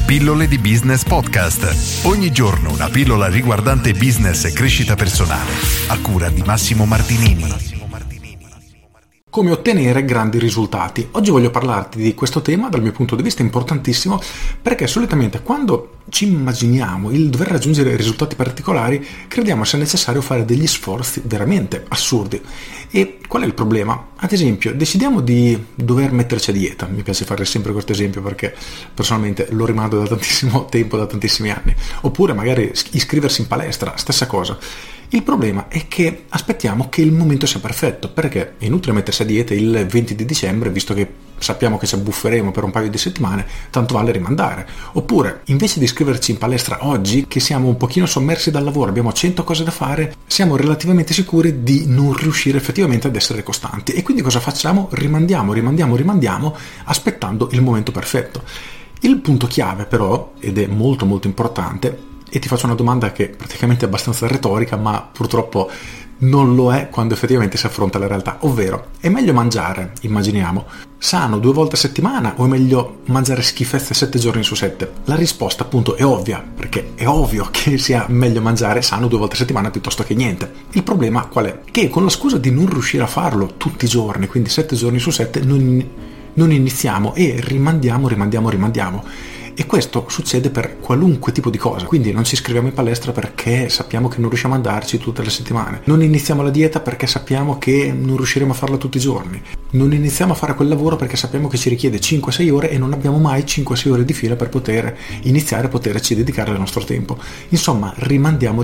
Pillole di Business Podcast. Ogni giorno una pillola riguardante business e crescita personale. A cura di Massimo Martinini. Come ottenere grandi risultati. Oggi voglio parlarti di questo tema dal mio punto di vista importantissimo, perché solitamente quando ci immaginiamo il dover raggiungere risultati particolari crediamo sia necessario fare degli sforzi veramente assurdi. E qual è il problema? Ad esempio, decidiamo di dover metterci a dieta. Mi piace fare sempre questo esempio perché personalmente lo rimando da tantissimo tempo, da tantissimi anni. Oppure magari iscriversi in palestra, stessa cosa. Il problema è che aspettiamo che il momento sia perfetto, perché è inutile mettersi a dieta il 20 di dicembre, visto che sappiamo che ci abbufferemo per un paio di settimane, tanto vale rimandare. Oppure, invece di iscriverci in palestra oggi, che siamo un pochino sommersi dal lavoro, abbiamo 100 cose da fare, siamo relativamente sicuri di non riuscire effettivamente ad essere costanti. E quindi cosa facciamo? Rimandiamo, aspettando il momento perfetto. Il punto chiave però, ed è molto molto importante, e ti faccio una domanda che praticamente è abbastanza retorica, ma purtroppo non lo è quando effettivamente si affronta la realtà, ovvero è meglio mangiare, immaginiamo, sano 2 volte a settimana o è meglio mangiare schifezze 7 giorni su 7? La risposta appunto è ovvia, perché è ovvio che sia meglio mangiare sano 2 volte a settimana piuttosto che niente. Il problema qual è? Che con la scusa di non riuscire a farlo tutti i giorni, quindi 7 giorni su 7, non iniziamo e rimandiamo. E questo succede per qualunque tipo di cosa. Quindi non ci iscriviamo in palestra perché sappiamo che non riusciamo ad andarci tutte le settimane. Non iniziamo la dieta perché sappiamo che non riusciremo a farla tutti i giorni. Non iniziamo a fare quel lavoro perché sappiamo che ci richiede 5-6 ore e non abbiamo mai 5-6 ore di fila per poter iniziare a poterci dedicare il nostro tempo. Insomma, rimandiamo.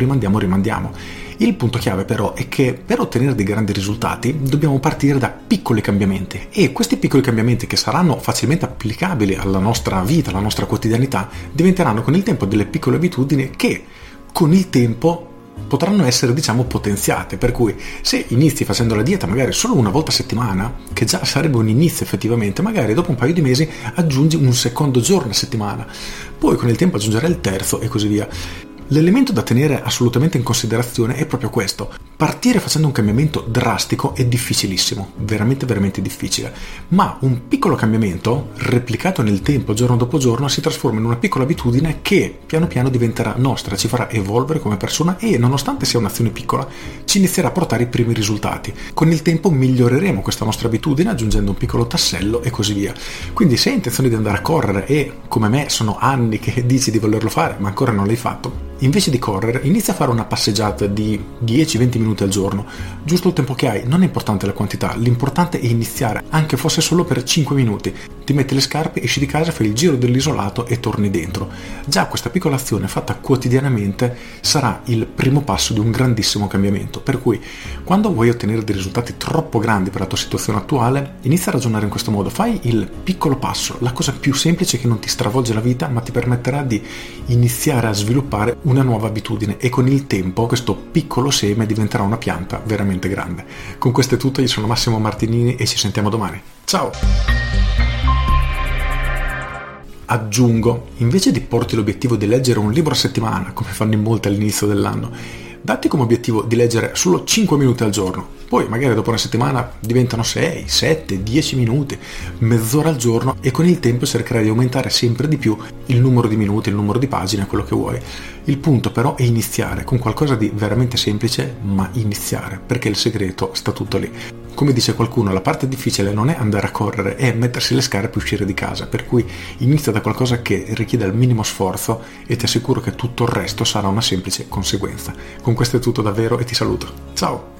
Il punto chiave però è che per ottenere dei grandi risultati dobbiamo partire da piccoli cambiamenti, e questi piccoli cambiamenti, che saranno facilmente applicabili alla nostra vita, alla nostra quotidianità, diventeranno con il tempo delle piccole abitudini che con il tempo potranno essere, potenziate. Per cui se inizi facendo la dieta magari solo 1 volta a settimana, che già sarebbe un inizio effettivamente, magari dopo un paio di mesi aggiungi un secondo giorno a settimana, poi con il tempo aggiungerai il terzo e così via. L'elemento da tenere assolutamente in considerazione è proprio questo. Partire facendo un cambiamento drastico è difficilissimo, veramente difficile, ma un piccolo cambiamento replicato nel tempo giorno dopo giorno si trasforma in una piccola abitudine che piano piano diventerà nostra, ci farà evolvere come persona e, nonostante sia un'azione piccola, ci inizierà a portare i primi risultati. Con il tempo miglioreremo questa nostra abitudine aggiungendo un piccolo tassello e così via. Quindi se hai intenzione di andare a correre e, come me, sono anni che dici di volerlo fare ma ancora non l'hai fatto, invece di correre, inizia a fare una passeggiata di 10-20 minuti al giorno, giusto il tempo che hai. Non è importante la quantità, l'importante è iniziare, anche fosse solo per 5 minuti. Ti metti le scarpe, esci di casa, fai il giro dell'isolato e torni dentro. Già questa piccola azione fatta quotidianamente sarà il primo passo di un grandissimo cambiamento. Per cui, quando vuoi ottenere dei risultati troppo grandi per la tua situazione attuale, inizia a ragionare in questo modo. Fai il piccolo passo, la cosa più semplice che non ti stravolge la vita, ma ti permetterà di iniziare a sviluppare una nuova abitudine, e con il tempo questo piccolo seme diventerà una pianta veramente grande. Con questo è tutto, io sono Massimo Martinini e ci sentiamo domani. Ciao! Aggiungo, invece di porti l'obiettivo di leggere un libro a settimana, come fanno in molti all'inizio dell'anno, datti come obiettivo di leggere solo 5 minuti al giorno. Poi magari dopo una settimana diventano 6, 7, 10 minuti, mezz'ora al giorno, e con il tempo cercherai di aumentare sempre di più il numero di minuti, il numero di pagine, quello che vuoi. Il punto però è iniziare con qualcosa di veramente semplice, ma iniziare, perché il segreto sta tutto lì. Come dice qualcuno, la parte difficile non è andare a correre, è mettersi le scarpe e uscire di casa, per cui inizia da qualcosa che richiede il minimo sforzo e ti assicuro che tutto il resto sarà una semplice conseguenza. Con questo è tutto davvero e ti saluto. Ciao!